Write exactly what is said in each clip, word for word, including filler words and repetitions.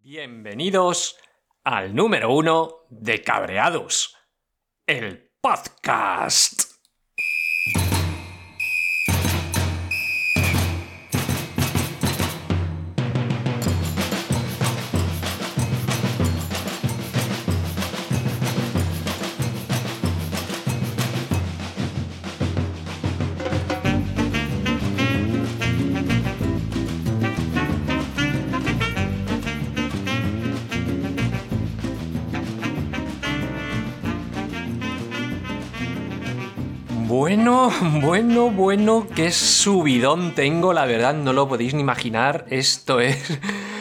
Bienvenidos al número uno de Cabreados, el podcast. Bueno, bueno, bueno, qué subidón tengo, la verdad, no lo podéis ni imaginar. Esto es...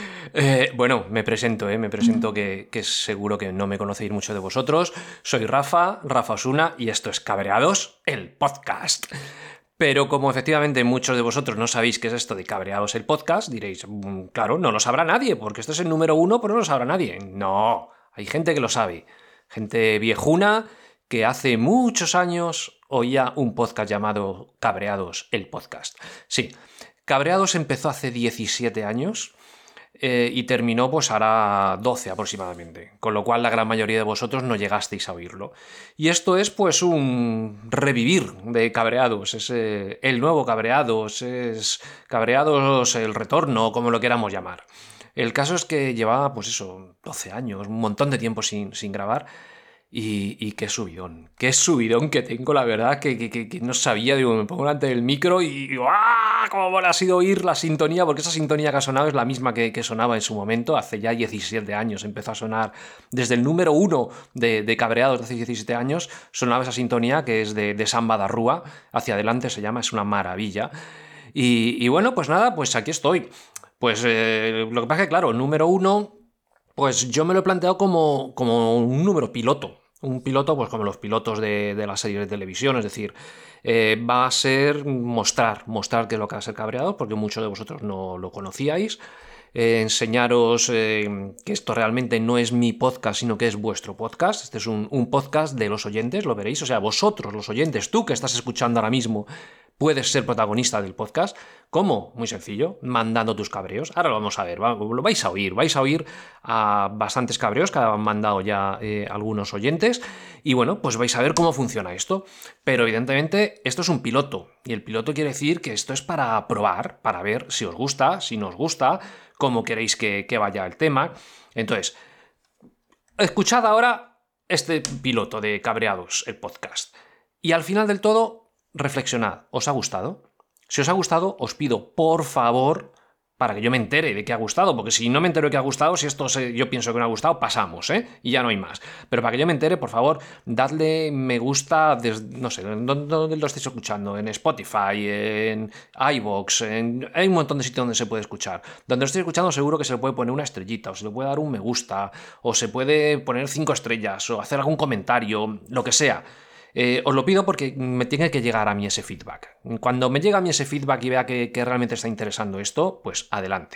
Eh, bueno, me presento, eh, me presento que, que seguro que no me conocéis mucho de vosotros. Soy Rafa, Rafa Osuna, y esto es Cabreados, el podcast. Pero como efectivamente muchos de vosotros no sabéis qué es esto de Cabreados, el podcast, diréis, mmm, claro, no lo sabrá nadie, porque esto es el número uno, pero no lo sabrá nadie. No, hay gente que lo sabe. Gente viejuna que hace muchos años oía un podcast llamado Cabreados, el podcast. Sí, Cabreados empezó hace diecisiete años eh, y terminó pues hará doce aproximadamente, con lo cual la gran mayoría de vosotros no llegasteis a oírlo. Y esto es pues un revivir de Cabreados, es eh, el nuevo Cabreados, es Cabreados el retorno, como lo queramos llamar. El caso es que llevaba pues eso, doce años, un montón de tiempo sin, sin grabar. Y, y qué subidón, qué subidón que tengo, la verdad, que, que, que no sabía, digo, me pongo delante del micro y digo, ¡ah! ¿Cómo ha sido oír la sintonía? Porque esa sintonía que ha sonado es la misma que, que sonaba en su momento, hace ya diecisiete años, empezó a sonar desde el número uno de, de Cabreados de hace diecisiete años, sonaba esa sintonía que es de, de Samba da Rúa, hacia adelante se llama, es una maravilla. Y, y bueno, pues nada, pues aquí estoy. Pues eh, lo que pasa es que, claro, número uno, pues yo me lo he planteado como, como un número piloto. Un piloto, pues como los pilotos de, de las series de televisión, es decir, eh, va a ser mostrar, mostrar qué es lo que va a ser Cabreados, porque muchos de vosotros no lo conocíais, eh, enseñaros eh, que esto realmente no es mi podcast, sino que es vuestro podcast. Este es un, un podcast de los oyentes, lo veréis, o sea, vosotros, los oyentes, tú que estás escuchando ahora mismo, puedes ser protagonista del podcast. ¿Cómo? Muy sencillo, mandando tus cabreos. Ahora lo vamos a ver, lo vais a oír, vais a oír a bastantes cabreos que han mandado ya eh, algunos oyentes y bueno, pues vais a ver cómo funciona esto. Pero evidentemente esto es un piloto y el piloto quiere decir que esto es para probar, para ver si os gusta, si no os gusta, cómo queréis que, que vaya el tema. Entonces, escuchad ahora este piloto de Cabreados, el podcast. Y al final del todo, reflexionad, ¿os ha gustado? Si os ha gustado, os pido, por favor, para que yo me entere de qué ha gustado, porque si no me entero de qué ha gustado, si esto se, yo pienso que no ha gustado, pasamos, ¿eh? Y ya no hay más. Pero para que yo me entere, por favor, dadle me gusta, des, no sé, ¿dónde lo estáis escuchando? En Spotify, en iVoox, en, hay un montón de sitios donde se puede escuchar. Donde lo estéis escuchando seguro que se le puede poner una estrellita, o se le puede dar un me gusta, o se puede poner cinco estrellas, o hacer algún comentario, lo que sea. Eh, os lo pido porque me tiene que llegar a mí ese feedback. Cuando me llega a mí ese feedback y vea que, que realmente está interesando esto, pues adelante.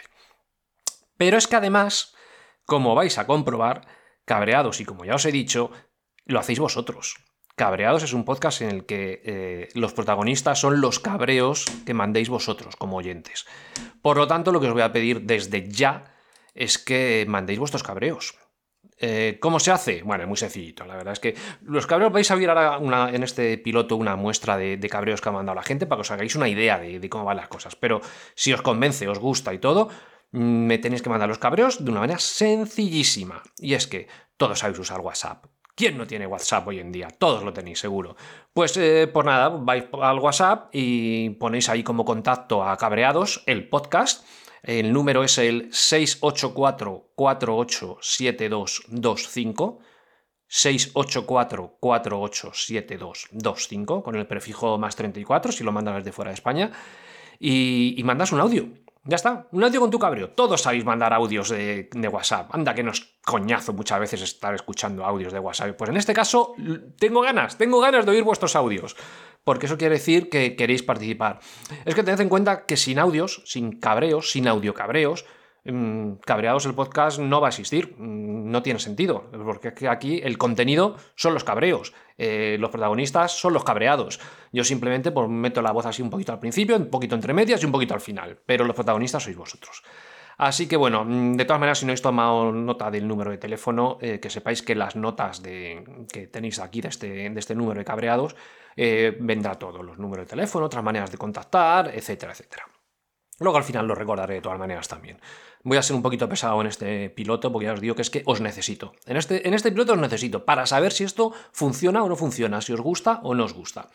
Pero es que además, como vais a comprobar, Cabreados, y como ya os he dicho, lo hacéis vosotros. Cabreados es un podcast en el que eh, los protagonistas son los cabreos que mandéis vosotros como oyentes. Por lo tanto, lo que os voy a pedir desde ya es que mandéis vuestros cabreos. Eh, ¿Cómo se hace? Bueno, muy sencillito. La verdad es que los cabreos vais a ver ahora una, en este piloto una muestra de, de cabreos que ha mandado la gente para que os hagáis una idea de, de cómo van las cosas. Pero si os convence, os gusta y todo, me tenéis que mandar los cabreos de una manera sencillísima. Y es que todos sabéis usar WhatsApp. ¿Quién no tiene WhatsApp hoy en día? Todos lo tenéis, seguro. Pues, eh, pues nada, vais al WhatsApp y ponéis ahí como contacto a Cabreados, el podcast. El número es el seis ocho cuatro, cuatro ocho siete dos dos cinco, seis ocho cuatro, cuatro ocho siete dos dos cinco, con el prefijo más treinta y cuatro, si lo mandas desde fuera de España, y, y mandas un audio. Ya está, un audio con tu cabreo. Todos sabéis mandar audios de, de WhatsApp. Anda, que no es coñazo muchas veces estar escuchando audios de WhatsApp. Pues en este caso, tengo ganas, tengo ganas de oír vuestros audios. Porque eso quiere decir que queréis participar. Es que tened en cuenta que sin audios, sin cabreos, sin audiocabreos, mmm, Cabreados el podcast no va a existir. Mmm, no tiene sentido. Porque aquí el contenido son los cabreos. Eh, los protagonistas son los cabreados. Yo simplemente pues, meto la voz así un poquito al principio, un poquito entre medias y un poquito al final. Pero los protagonistas sois vosotros. Así que bueno, de todas maneras, si no habéis tomado nota del número de teléfono, eh, que sepáis que las notas de, que tenéis aquí de este, de este número de cabreados, eh, vendrá todo, los números de teléfono, otras maneras de contactar, etcétera, etcétera. Luego al final lo recordaré de todas maneras también. Voy a ser un poquito pesado en este piloto porque ya os digo que es que os necesito. En este, en este piloto os necesito para saber si esto funciona o no funciona, si os gusta o no os gusta.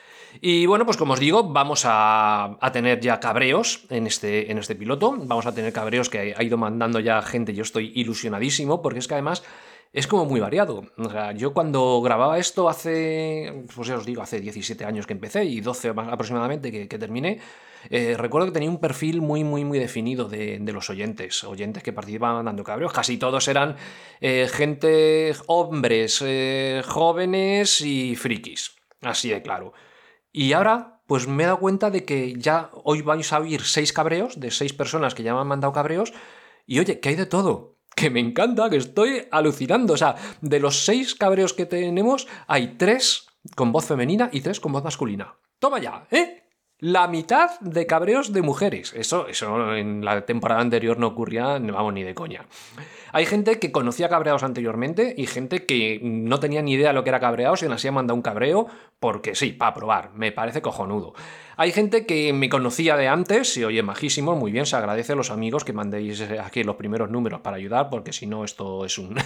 Y bueno, pues como os digo, vamos a, a tener ya cabreos en este, en este piloto. Vamos a tener cabreos que ha ido mandando ya gente. Yo estoy ilusionadísimo porque es que además es como muy variado. O sea, yo cuando grababa esto hace, pues ya os digo, hace diecisiete años que empecé y doce aproximadamente que, que terminé, eh, recuerdo que tenía un perfil muy, muy, muy definido de, de los oyentes. Oyentes que participaban dando cabreos. Casi todos eran eh, gente, hombres, eh, jóvenes y frikis. Así de claro. Y ahora, pues me he dado cuenta de que ya hoy vais a oír seis cabreos de seis personas que ya me han mandado cabreos. Y oye, que hay de todo. Que me encanta, que estoy alucinando. O sea, de los seis cabreos que tenemos, hay tres con voz femenina y tres con voz masculina. Toma ya, ¿eh? La mitad de cabreos de mujeres. Eso, eso en la temporada anterior no ocurría, vamos, ni de coña. Hay gente que conocía cabreados anteriormente y gente que no tenía ni idea de lo que era cabreados y aún así ha mandado un cabreo porque sí, para probar. Me parece cojonudo. Hay gente que me conocía de antes y oye, majísimo, muy bien, se agradece a los amigos que mandéis aquí los primeros números para ayudar porque si no esto es un...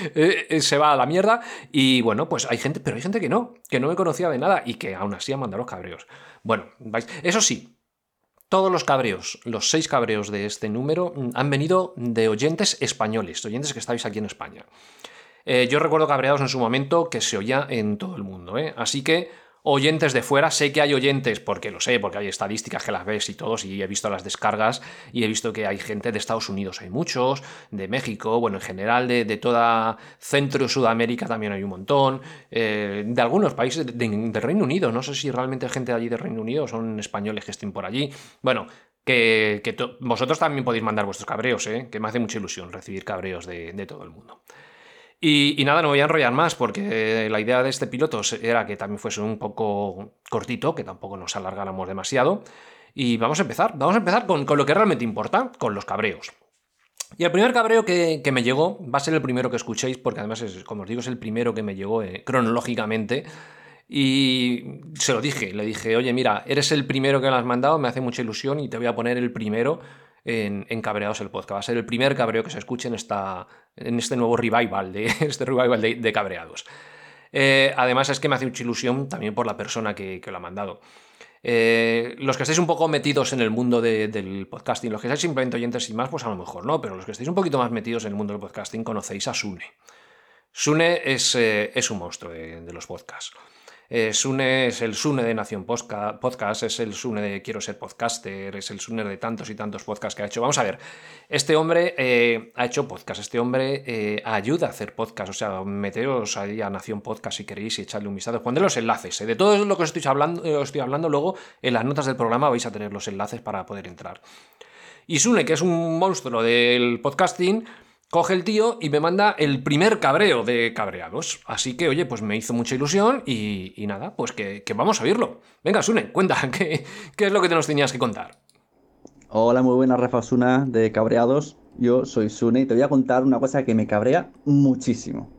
se va a la mierda. Y bueno, pues hay gente, pero hay gente que no, que no me conocía de nada y que aún así ha mandado los cabreos. Bueno, vais... eso sí. Todos los cabreos, los seis cabreos de este número, han venido de oyentes españoles, oyentes que estáis aquí en España. Eh, yo recuerdo cabreados en su momento que se oía en todo el mundo, ¿eh? Así que oyentes de fuera, sé que hay oyentes, porque lo sé, porque hay estadísticas que las ves y todos, y he visto las descargas, y he visto que hay gente de Estados Unidos, hay muchos, de México, bueno, en general de, de toda Centro y Sudamérica también hay un montón, eh, de algunos países de, de, de Reino Unido, no sé si realmente hay gente de allí de Reino Unido o son españoles que estén por allí, bueno... Que, que vosotros también podéis mandar vuestros cabreos, ¿eh? Que me hace mucha ilusión recibir cabreos de, de todo el mundo. Y, y nada, no voy a enrollar más porque la idea de este piloto era que también fuese un poco cortito, que tampoco nos alargáramos demasiado. Y vamos a empezar, vamos a empezar con, con lo que realmente importa, con los cabreos. Y el primer cabreo que, que me llegó va a ser el primero que escuchéis porque además, es, como os digo, es el primero que me llegó eh, cronológicamente. Y se lo dije, le dije, oye, mira, eres el primero que me lo has mandado, me hace mucha ilusión y te voy a poner el primero en, en Cabreados el podcast. Va a ser el primer cabreo que se escuche en, esta, en este nuevo revival de, este revival de, de Cabreados. Eh, además es que me hace mucha ilusión también por la persona que, que lo ha mandado. Eh, los que estáis un poco metidos en el mundo de, del podcasting, los que estáis simplemente oyentes y más, pues a lo mejor no, pero los que estáis un poquito más metidos en el mundo del podcasting conocéis a Sune. Sune es, eh, es un monstruo de, de los podcasts. Eh, Sune es el Sune de Nación Podcast, es el Sune de Quiero Ser Podcaster, es el Sune de tantos y tantos podcasts que ha hecho. Vamos a ver, este hombre eh, ha hecho podcast, este hombre eh, ayuda a hacer podcast, o sea, meteos ahí a Nación Podcast si queréis y echarle un vistazo, poned los enlaces, eh, de todo lo que os estoy hablando, eh, os estoy hablando, luego en las notas del programa vais a tener los enlaces para poder entrar. Y Sune, que es un monstruo del podcasting, coge el tío y me manda el primer cabreo de Cabreados. Así que, oye, pues me hizo mucha ilusión y, y nada, pues que, que vamos a oírlo. Venga, Sune, cuenta, ¿qué, ¿qué es lo que te nos tenías que contar? Hola, muy buenas, Rafa Osuna de Cabreados. Yo soy Sune y te voy a contar una cosa que me cabrea muchísimo.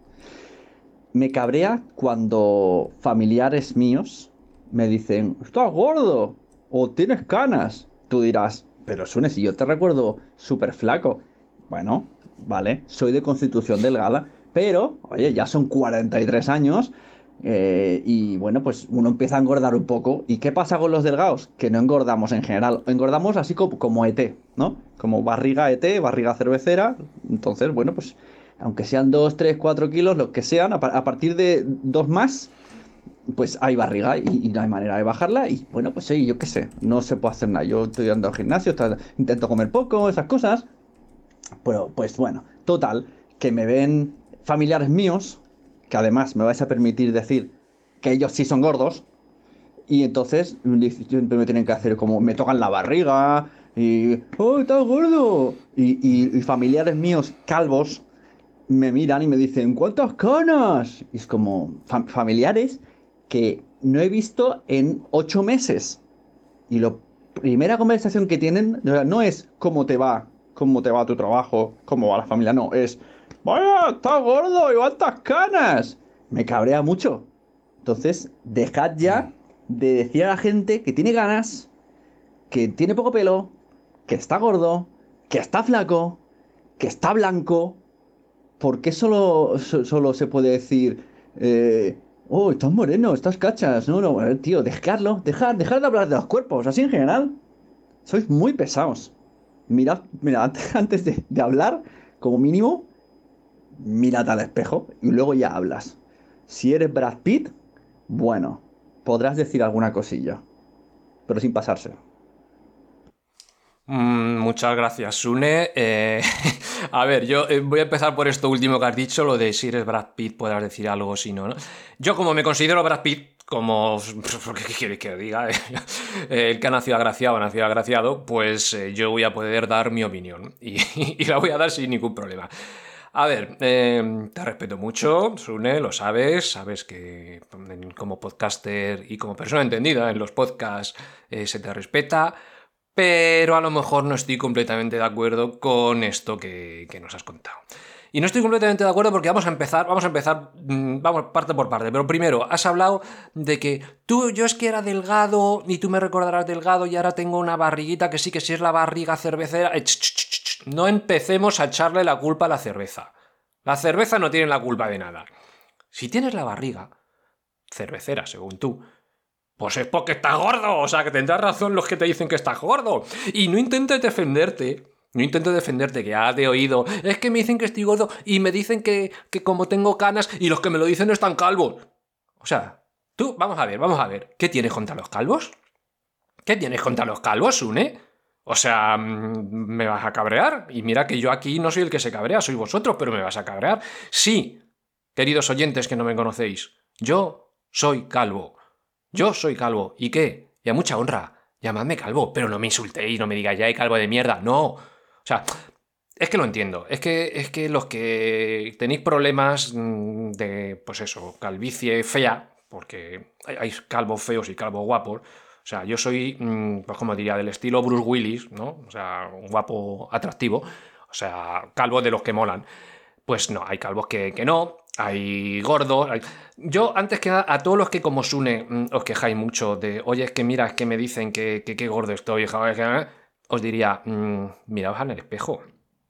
Me cabrea cuando familiares míos me dicen, ¿estás gordo? ¿O tienes canas? Tú dirás, pero Sune, si yo te recuerdo súper flaco. Bueno, vale, soy de constitución delgada, pero, oye, ya son cuarenta y tres años eh, y bueno, pues uno empieza a engordar un poco. ¿Y qué pasa con los delgados? Que no engordamos en general, engordamos así como, como E T, ¿no? Como barriga E T, barriga cervecera. Entonces, bueno, pues aunque sean dos, tres, cuatro kilos, los que sean, a, pa a partir de dos más, pues hay barriga y, y no hay manera de bajarla. Y bueno, pues sí, yo qué sé, no se puede hacer nada. Yo estoy andando al gimnasio, está, intento comer poco, esas cosas. Pero, pues bueno, total, que me ven familiares míos, que además me vais a permitir decir que ellos sí son gordos, y entonces siempre me tienen que hacer como, me tocan la barriga, y, ¡oh, estás gordo! Y, y, y familiares míos calvos me miran y me dicen, ¿cuántas canas? Y es como, fam familiares que no he visto en ocho meses. Y la primera conversación que tienen no es cómo te va cómo te va tu trabajo, cómo va la familia, no, es, vaya, estás gordo y cuántas canas. Me cabrea mucho. Entonces, dejad ya de decir a la gente que tiene ganas, que tiene poco pelo, que está gordo, que está flaco, que está blanco. ¿Por qué solo, so- solo se puede decir, eh, oh, estás moreno, estás cachas? No, no, eh, tío, dejadlo, dejad, dejad de hablar de los cuerpos, así en general. Sois muy pesados. Mirad, mirad, antes de, de hablar, como mínimo, mírate al espejo y luego ya hablas. Si eres Brad Pitt, bueno, podrás decir alguna cosilla, pero sin pasarse. Mm, muchas gracias, Sune. Eh, a ver, yo eh, voy a empezar por esto último que has dicho, lo de si eres Brad Pitt podrás decir algo, si no, ¿no? Yo como me considero Brad Pitt, como... ¿Qué quieres que diga? El que ha nacido agraciado, ha nacido agraciado, pues eh, yo voy a poder dar mi opinión y, y la voy a dar sin ningún problema. A ver, eh, te respeto mucho, Sune, lo sabes, sabes que como podcaster y como persona entendida en los podcasts eh, se te respeta, pero a lo mejor no estoy completamente de acuerdo con esto que, que nos has contado. Y no estoy completamente de acuerdo porque vamos a empezar, vamos a empezar, mmm, vamos parte por parte. Pero primero, has hablado de que tú, yo es que era delgado y tú me recordarás delgado y ahora tengo una barriguita que sí que sí es la barriga cervecera. Eh, ch, ch, ch, ch. No empecemos a echarle la culpa a la cerveza. La cerveza no tiene la culpa de nada. Si tienes la barriga cervecera, según tú, pues es porque estás gordo, o sea, que tendrás razón los que te dicen que estás gordo. Y no intentes defenderte, no intentes defenderte, que has de oído, es que me dicen que estoy gordo y me dicen que, que como tengo canas y los que me lo dicen están calvos. O sea, tú, vamos a ver, vamos a ver, ¿qué tienes contra los calvos? ¿Qué tienes contra los calvos, Sune? O sea, ¿me vas a cabrear? Y mira que yo aquí no soy el que se cabrea, soy vosotros, pero me vas a cabrear. Sí, queridos oyentes que no me conocéis, yo soy calvo. Yo soy calvo. ¿Y qué? Y a mucha honra. Llamadme calvo, pero no me insultéis, no me digáis, ya hay calvo de mierda. No. O sea, es que lo entiendo. Es que, es que los que tenéis problemas mmm, de, pues eso, calvicie fea, porque hay, hay calvos feos y calvos guapos. O sea, yo soy, mmm, pues como diría, del estilo Bruce Willis, ¿no? O sea, un guapo atractivo. O sea, calvo de los que molan. Pues no, hay calvos que, que no, hay gordos. Hay... Yo, antes que nada, a todos los que como Sune mmm, os quejáis mucho de, oye, es que mira, es que me dicen que, que, que gordo estoy, joder, os diría, mmm, miraos en el espejo.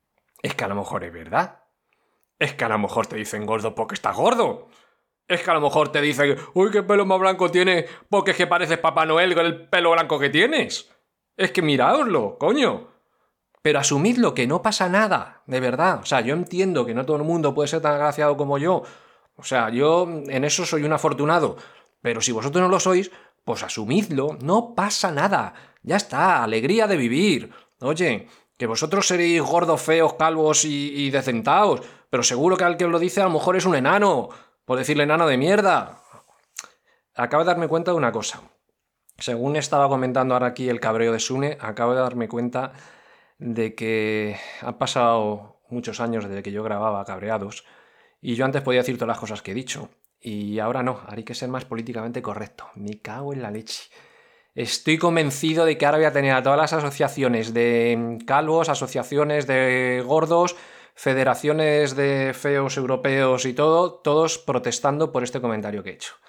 Es que a lo mejor es verdad. Es que a lo mejor te dicen gordo porque estás gordo. Es que a lo mejor te dicen, uy, qué pelo más blanco tienes porque es que pareces Papá Noel con el pelo blanco que tienes. Es que miraoslo, coño. Pero asumidlo, que no pasa nada, de verdad. O sea, yo entiendo que no todo el mundo puede ser tan agraciado como yo. O sea, yo en eso soy un afortunado. Pero si vosotros no lo sois, pues asumidlo, no pasa nada. Ya está, alegría de vivir. Oye, que vosotros seréis gordos, feos, calvos y, y decentaos, pero seguro que al que os lo dice a lo mejor es un enano, por decirle enano de mierda. Acabo de darme cuenta de una cosa. Según estaba comentando ahora aquí el cabreo de Sune, acabo de darme cuenta de que han pasado muchos años desde que yo grababa Cabreados y yo antes podía decir todas las cosas que he dicho y ahora no, ahora hay que ser más políticamente correcto. Me cago en la leche. Estoy convencido de que ahora voy a tener a todas las asociaciones de calvos, asociaciones de gordos, federaciones de feos europeos y todo, todos protestando por este comentario que he hecho.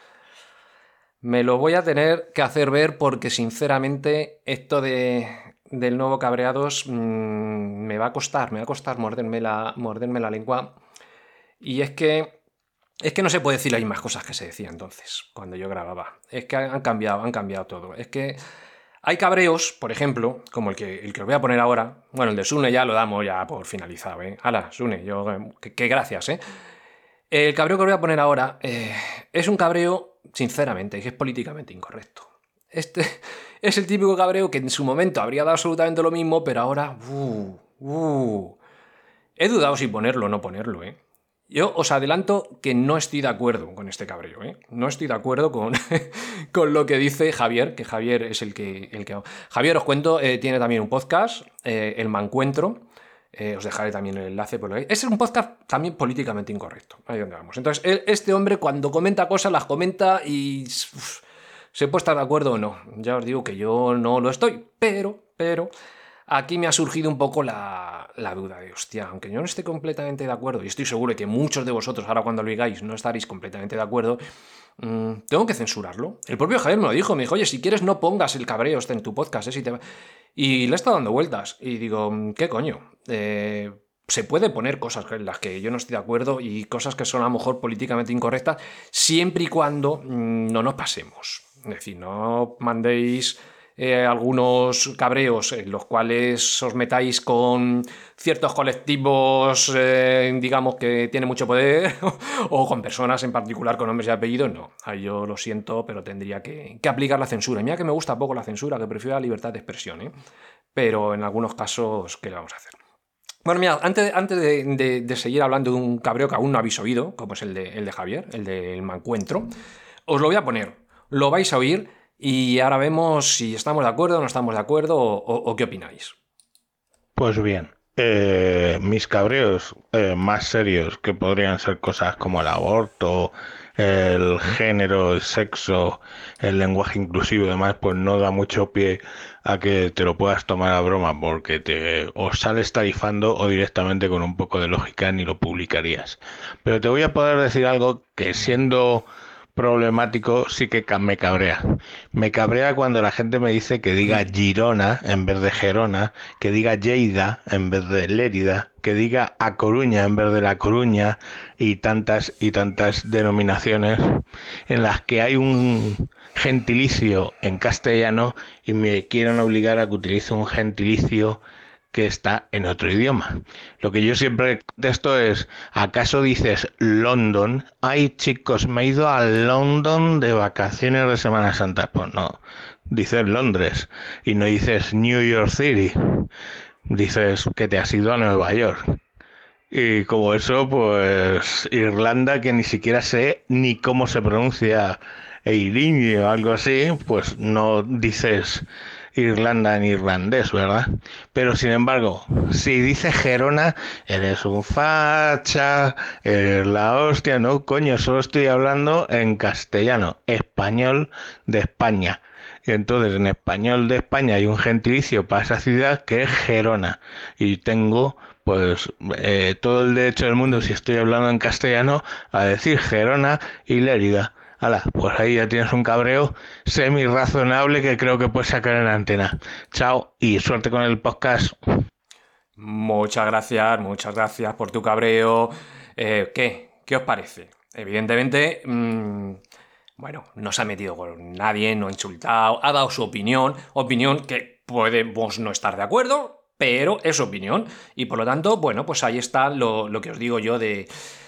Me lo voy a tener que hacer ver porque sinceramente esto de, del nuevo Cabreados mmm, me va a costar, me va a costar morderme la, morderme la lengua. Y es que, es que no se puede decir las mismas cosas que se decía entonces, cuando yo grababa. Es que han cambiado, han cambiado todo. Es que hay cabreos, por ejemplo, como el que, el que os voy a poner ahora. Bueno, el de Sune ya lo damos ya por finalizado, ¿eh? Hala, Sune, yo, que, que gracias, ¿eh? El cabreo que os voy a poner ahora eh, es un cabreo, sinceramente, que es políticamente incorrecto. Este es el típico cabreo que en su momento habría dado absolutamente lo mismo, pero ahora... Uh, uh, he dudado si ponerlo o no ponerlo, ¿eh? Yo os adelanto que no estoy de acuerdo con este cabreo, ¿eh? No estoy de acuerdo con, con lo que dice Javier, que Javier es el que... El que... Javier, os cuento, eh, tiene también un podcast, eh, El Mancuentro. Eh, os dejaré también el enlace por lo que... Es un podcast también políticamente incorrecto. Ahí donde vamos. Entonces, él, este hombre cuando comenta cosas, las comenta y... Uf, se puede estar de acuerdo o no. Ya os digo que yo no lo estoy, pero, pero... aquí me ha surgido un poco la, la duda de, hostia, aunque yo no esté completamente de acuerdo, y estoy seguro de que muchos de vosotros ahora cuando lo digáis no estaréis completamente de acuerdo, mmm, tengo que censurarlo. El propio Javier me lo dijo, me dijo, oye, si quieres no pongas el cabreo este en tu podcast, ¿eh? Si te va... Y le he estado dando vueltas, y digo, ¿qué coño? Eh... Se puede poner cosas en las que yo no estoy de acuerdo y cosas que son a lo mejor políticamente incorrectas, siempre y cuando mmm, no nos pasemos. Es decir, no mandéis eh, algunos cabreos en los cuales os metáis con ciertos colectivos, eh, digamos, que tienen mucho poder, o con personas en particular con nombres y apellidos. No, ahí yo lo siento, pero tendría que, que aplicar la censura. Mira que me gusta poco la censura, que prefiero la libertad de expresión, ¿eh? Pero en algunos casos, ¿qué le vamos a hacer? Bueno, mira, antes, antes de, de, de seguir hablando de un cabreo que aún no habéis oído, como es el de, el de Javier, el del Mancuentro, os lo voy a poner, lo vais a oír y ahora vemos si estamos de acuerdo o no estamos de acuerdo o, o, o qué opináis. Pues bien, eh, mis cabreos eh, más serios, que podrían ser cosas como el aborto, el género, el sexo, el lenguaje inclusivo y demás, pues no da mucho pie a que te lo puedas tomar a broma, porque te o sales tarifando o directamente con un poco de lógica ni lo publicarías. Pero te voy a poder decir algo que, siendo problemático, sí que me cabrea. Me cabrea cuando la gente me dice que diga Girona en vez de Gerona, que diga Lleida en vez de Lérida, que diga A Coruña en vez de La Coruña, y tantas y tantas denominaciones en las que hay un gentilicio en castellano y me quieren obligar a que utilice un gentilicio que está en otro idioma. Lo que yo siempre contesto es, ¿acaso dices London? Ay, chicos, me he ido a London de vacaciones de Semana Santa. Pues no, dices Londres y no dices New York City. Dices que te has ido a Nueva York. Y como eso, pues Irlanda, que ni siquiera sé ni cómo se pronuncia Eirini o algo así, pues no dices Irlanda en irlandés, ¿verdad? Pero sin embargo, si dices Gerona, eres un facha, eres la hostia. No, coño, solo estoy hablando en castellano, español de España. Y entonces en español de España hay un gentilicio para esa ciudad que es Gerona. Y tengo pues eh, todo el derecho del mundo, si estoy hablando en castellano, a decir Gerona y Lérida. Hala, pues ahí ya tienes un cabreo semi razonable que creo que puedes sacar en la antena. Chao y suerte con el podcast. Muchas gracias, muchas gracias por tu cabreo. Eh, ¿Qué? ¿Qué os parece? Evidentemente, mmm, bueno, no se ha metido con nadie, no ha insultado, ha dado su opinión, opinión que podemos no estar de acuerdo, pero es opinión. Y por lo tanto, bueno, pues ahí está lo, lo que os digo yo de...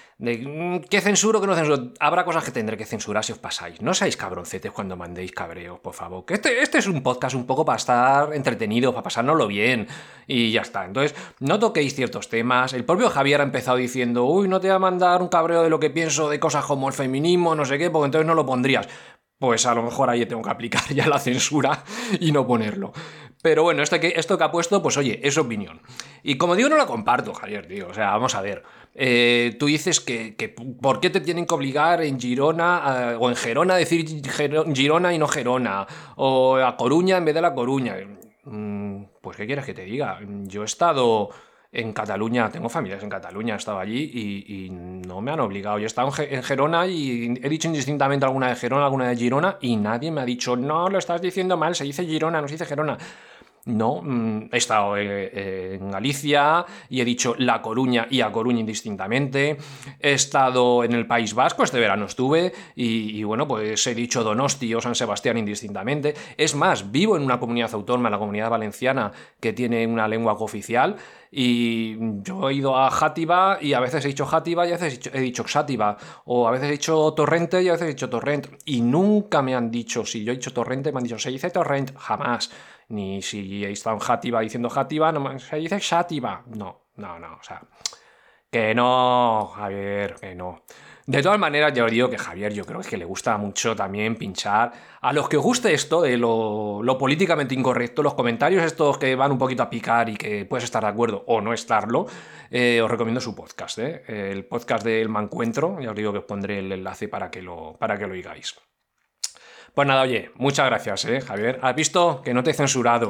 de ¿qué censuro, qué no censuro? Habrá cosas que tendré que censurar si os pasáis. No seáis cabroncetes cuando mandéis cabreos, por favor. Que este, este es un podcast un poco para estar entretenido, para pasárnoslo bien. Y ya está. Entonces, no toquéis ciertos temas. El propio Javier ha empezado diciendo, uy, no te voy a mandar un cabreo de lo que pienso de cosas como el feminismo, no sé qué, porque entonces no lo pondrías. Pues a lo mejor ahí tengo que aplicar ya la censura y no ponerlo. Pero bueno, esto que, esto que ha puesto, pues oye, es opinión. Y como digo, no la comparto, Javier, tío. O sea, vamos a ver. Eh, tú dices que, que ¿por qué te tienen que obligar en Girona, uh, o en Gerona, a decir Girona y no Gerona? O a Coruña en vez de La Coruña. Mm, pues, ¿qué quieres que te diga? Yo he estado en Cataluña, tengo familias en Cataluña, he estado allí y, y no me han obligado. Yo he estado en Gerona y he dicho indistintamente alguna de Gerona, alguna de Girona, y nadie me ha dicho, no, lo estás diciendo mal, se dice Girona, no se dice Gerona. No, he estado en Galicia y he dicho La Coruña y A Coruña indistintamente. He estado en el País Vasco, este verano estuve, y, y bueno, pues he dicho Donosti o San Sebastián indistintamente. Es más, vivo en una comunidad autónoma, la Comunidad Valenciana, que tiene una lengua cooficial, y yo he ido a Játiva y a veces he dicho Játiva y a veces he dicho, he dicho Xátiva, o a veces he dicho Torrente y a veces he dicho Torrent, y nunca me han dicho, si yo he dicho Torrente, me han dicho, se dice Torrent, jamás. Ni si he estado en Játiva diciendo Játiva, no, se dice Xátiva. No, no, no, o sea, que no, Javier, que no. De todas maneras, ya os digo que Javier, yo creo que le gusta mucho también pinchar. A los que os guste esto de lo, lo políticamente incorrecto, los comentarios estos que van un poquito a picar y que puedes estar de acuerdo o no estarlo, eh, os recomiendo su podcast, ¿eh? El podcast del Mancuentro. Ya os digo que os pondré el enlace para que lo, para que lo oigáis. Pues nada, oye, muchas gracias, ¿eh, Javier? ¿Has visto que no te he censurado?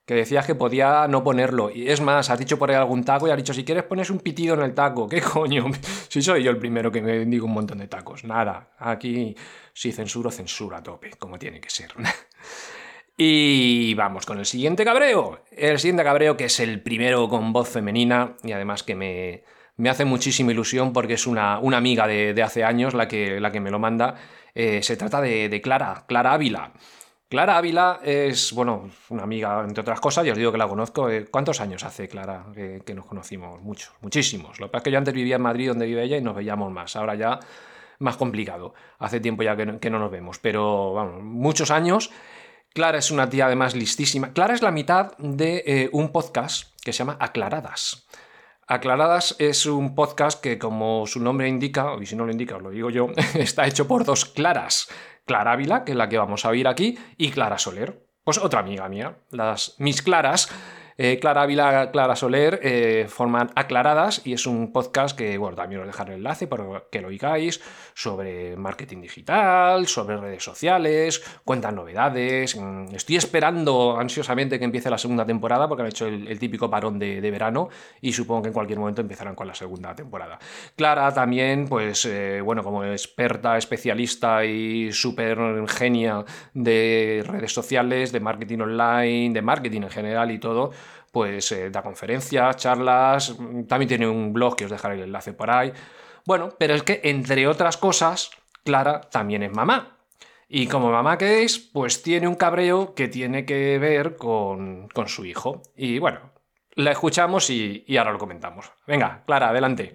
que decías que podía no ponerlo. Y es más, has dicho por ahí algún taco y has dicho, si quieres pones un pitido en el taco. ¿Qué coño? Si soy yo el primero que me digo un montón de tacos. Nada, aquí si censuro, censura a tope, como tiene que ser. Y vamos con el siguiente cabreo. El siguiente cabreo, que es el primero con voz femenina y además que me, me hace muchísima ilusión porque es una, una amiga de, de hace años la que, la que me lo manda. Eh, se trata de, de Clara, Clara Ávila. Clara Ávila es, bueno, una amiga, entre otras cosas, y os digo que la conozco. ¿Cuántos años hace, Clara, que, que nos conocimos? Muchos, muchísimos. Lo que pasa es que yo antes vivía en Madrid, donde vive ella, y nos veíamos más. Ahora ya más complicado. Hace tiempo ya que no, que no nos vemos, pero, vamos, muchos años. Clara es una tía además listísima. Clara es la mitad de eh, un podcast que se llama Aclaradas. Aclaradas es un podcast que, como su nombre indica, y si no lo indica os lo digo yo, está hecho por dos Claras. Clara Ávila, que es la que vamos a oír aquí, y Clara Soler, pues otra amiga mía. Las, mis Claras, eh, Clara Ávila, Clara Soler, eh, forman Aclaradas y es un podcast que, bueno, también os dejaré el enlace para que lo oigáis, sobre marketing digital, sobre redes sociales, cuentan novedades. Estoy esperando ansiosamente que empiece la segunda temporada porque han hecho el, el típico parón de, de verano y supongo que en cualquier momento empezarán con la segunda temporada. Clara también, pues, eh, bueno, como experta, especialista y súper genia de redes sociales, de marketing online, de marketing en general y todo, pues eh, da conferencias, charlas, también tiene un blog que os dejaré el enlace por ahí. Bueno, pero es que, entre otras cosas, Clara también es mamá. Y como mamá que es, pues tiene un cabreo que tiene que ver con, con su hijo. Y bueno, la escuchamos y, y ahora lo comentamos. Venga, Clara, adelante.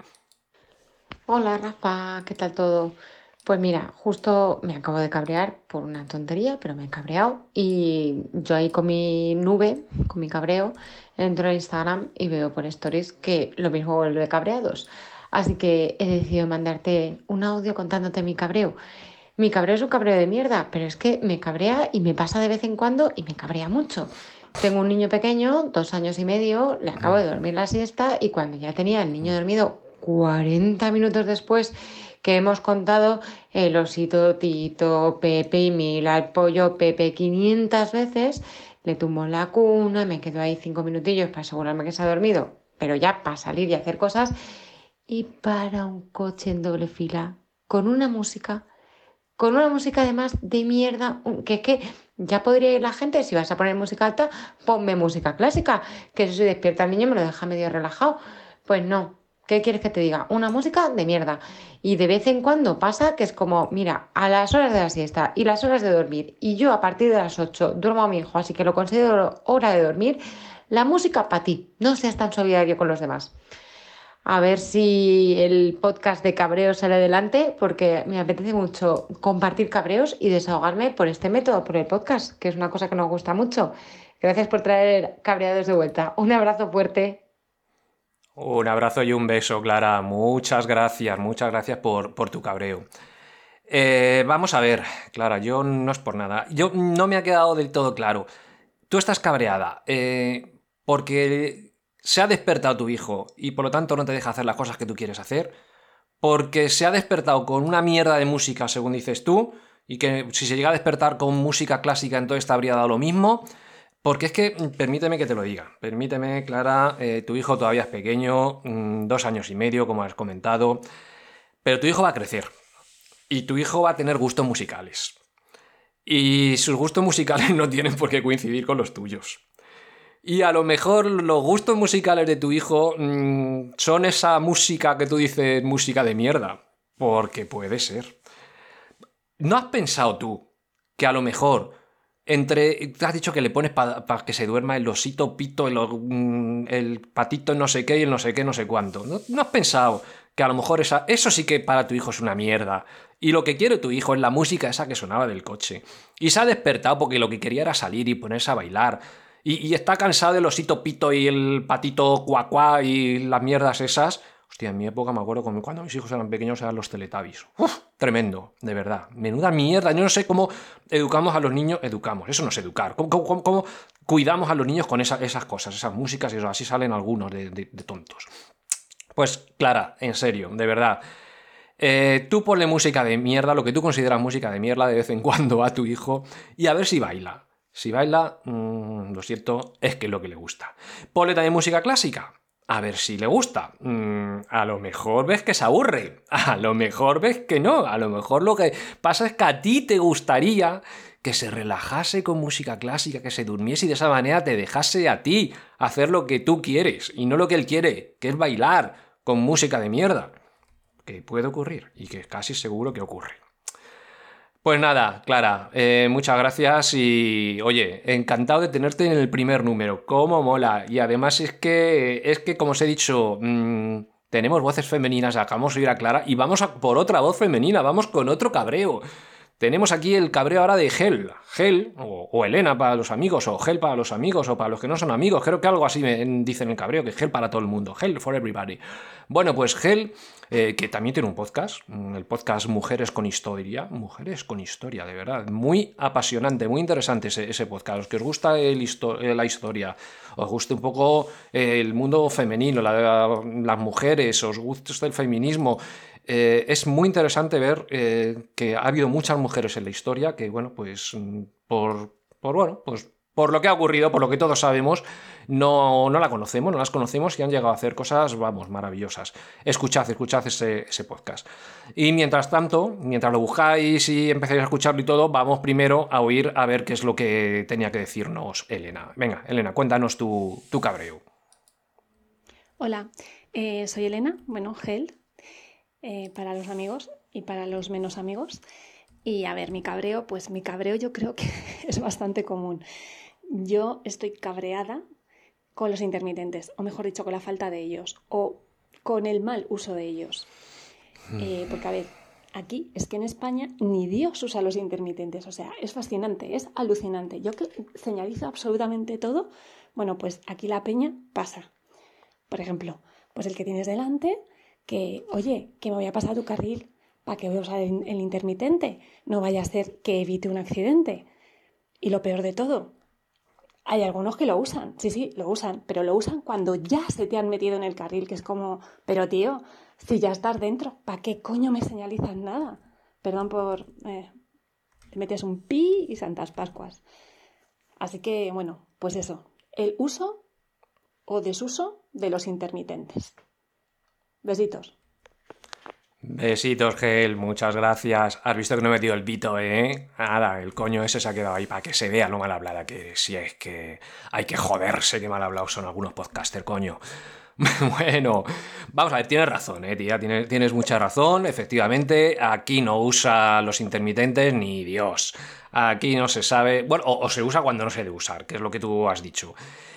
Hola Rafa, ¿qué tal todo? Pues mira, justo me acabo de cabrear por una tontería, pero me he cabreado y yo ahí con mi nube, con mi cabreo, entro a Instagram y veo por stories que lo mismo vuelve cabreados. Así que he decidido mandarte un audio contándote mi cabreo. Mi cabreo es un cabreo de mierda, pero es que me cabrea y me pasa de vez en cuando y me cabrea mucho. Tengo un niño pequeño, dos años y medio, le acabo de dormir la siesta y cuando ya tenía el niño dormido cuarenta minutos después que hemos contado el osito Tito, Pepe y Mila, al pollo Pepe quinientas veces, le tumbo la cuna, me quedo ahí cinco minutillos para asegurarme que se ha dormido, pero ya para salir y hacer cosas, y para un coche en doble fila, con una música, con una música además de mierda, que es que ya podría ir la gente, si vas a poner música alta, ponme música clásica, que eso si despierta al niño me lo deja medio relajado. Pues no. ¿Qué quieres que te diga? Una música de mierda. Y de vez en cuando pasa que es como, mira, a las horas de la siesta y las horas de dormir, y yo a partir de las ocho duermo a mi hijo, así que lo considero hora de dormir, la música para ti, no seas tan solidario con los demás. A ver si el podcast de cabreos sale adelante, porque me apetece mucho compartir cabreos y desahogarme por este método, por el podcast, que es una cosa que nos gusta mucho. Gracias por traer cabreados de vuelta. Un abrazo fuerte. Un abrazo y un beso, Clara. Muchas gracias, muchas gracias por, por tu cabreo. Eh, vamos a ver, Clara, yo no es por nada. Yo no me ha quedado del todo claro. Tú estás cabreada eh, porque se ha despertado tu hijo y por lo tanto no te deja hacer las cosas que tú quieres hacer, porque se ha despertado con una mierda de música, según dices tú, y que si se llega a despertar con música clásica entonces te habría dado lo mismo. Porque es que, permíteme que te lo diga, permíteme, Clara, eh, tu hijo todavía es pequeño, mmm, dos años y medio, como has comentado, pero tu hijo va a crecer y tu hijo va a tener gustos musicales. Y sus gustos musicales no tienen por qué coincidir con los tuyos. Y a lo mejor los gustos musicales de tu hijo mmm, son esa música que tú dices música de mierda, porque puede ser. ¿No has pensado tú que a lo mejor... Entre, te has dicho que le pones para pa que se duerma el osito pito, el, el patito no sé qué y el no sé qué, no sé cuánto? ¿No, no has pensado que a lo mejor esa, eso sí que para tu hijo es una mierda? Y lo que quiere tu hijo es la música esa que sonaba del coche. Y se ha despertado porque lo que quería era salir y ponerse a bailar. Y, y está cansado del osito pito y el patito cuacuá y las mierdas esas. Hostia, en mi época me acuerdo cuando mis hijos eran pequeños eran los Teletubbies. ¡Uf! Tremendo, de verdad. Menuda mierda. Yo no sé cómo educamos a los niños. Educamos, eso no es educar. ¿Cómo, cómo, cómo cuidamos a los niños con esa, esas cosas, esas músicas y eso? Así salen algunos de, de, de tontos. Pues, Clara, en serio, de verdad. Eh, tú ponle música de mierda, lo que tú consideras música de mierda de vez en cuando a tu hijo y a ver si baila. Si baila, mmm, lo siento, es que es lo que le gusta. Ponle también música clásica. A ver si le gusta. Mm, a lo mejor ves que se aburre. A lo mejor ves que no. A lo mejor lo que pasa es que a ti te gustaría que se relajase con música clásica, que se durmiese y de esa manera te dejase a ti hacer lo que tú quieres y no lo que él quiere, que es bailar con música de mierda. Que puede ocurrir y que casi seguro que ocurre. Pues nada, Clara, eh, muchas gracias y, oye, encantado de tenerte en el primer número. ¡Cómo mola! Y además es que, es que como os he dicho, mmm, tenemos voces femeninas, acabamos de oír a Clara y vamos a por otra voz femenina, vamos con otro cabreo. Tenemos aquí el cabreo ahora de Gel, Gel, o, o Elena para los amigos, o Gel para los amigos, o para los que no son amigos. Creo que algo así me dicen en el cabreo, que Gel para todo el mundo, Gel for everybody. Bueno, pues Gel, eh, que también tiene un podcast, el podcast Mujeres con Historia, Mujeres con Historia, de verdad, muy apasionante, muy interesante ese, ese podcast. Los que os gusta el histo- la historia, os guste un poco el mundo femenino, la, las mujeres, os gusta el feminismo. Eh, es muy interesante ver eh, que ha habido muchas mujeres en la historia que, bueno, pues por, por, bueno, pues por lo que ha ocurrido, por lo que todos sabemos, no, no la conocemos, no las conocemos y han llegado a hacer cosas, vamos, maravillosas. Escuchad, escuchad ese, ese podcast. Y mientras tanto, mientras lo buscáis y empezáis a escucharlo y todo, vamos primero a oír a ver qué es lo que tenía que decirnos Elena. Venga, Elena, cuéntanos tu, tu cabreo. Hola, eh, soy Elena, bueno, Gel. Eh, para los amigos y para los menos amigos. Y a ver, mi cabreo, pues mi cabreo yo creo que es bastante común. Yo estoy cabreada con los intermitentes, o mejor dicho, con la falta de ellos, o con el mal uso de ellos. Eh, porque a ver, aquí es que en España ni Dios usa los intermitentes, o sea, es fascinante, es alucinante. Yo que señalizo absolutamente todo, bueno, pues aquí la peña pasa. Por ejemplo, pues el que tienes delante, que, oye, que me voy a pasar tu carril, ¿para qué voy a usar el, el intermitente? No vaya a ser que evite un accidente. Y lo peor de todo, hay algunos que lo usan, sí, sí, lo usan, pero lo usan cuando ya se te han metido en el carril, que es como, pero tío, si ya estás dentro, ¿para qué coño me señalizas nada? Perdón por... Eh, te metes un pi y santas pascuas. Así que, bueno, pues eso, el uso o desuso de los intermitentes. Besitos. Besitos, Gel, muchas gracias. Has visto que no he metido el pito, ¿eh? Nada, el coño ese se ha quedado ahí para que se vea lo mal hablada que si es que hay que joderse que mal hablados son algunos podcasters, coño. Bueno, vamos a ver, tienes razón, eh, tía, tienes, tienes mucha razón. Efectivamente, aquí no usa los intermitentes ni Dios. Aquí no se sabe, bueno, o, o se usa cuando no se debe usar, que es lo que tú has dicho.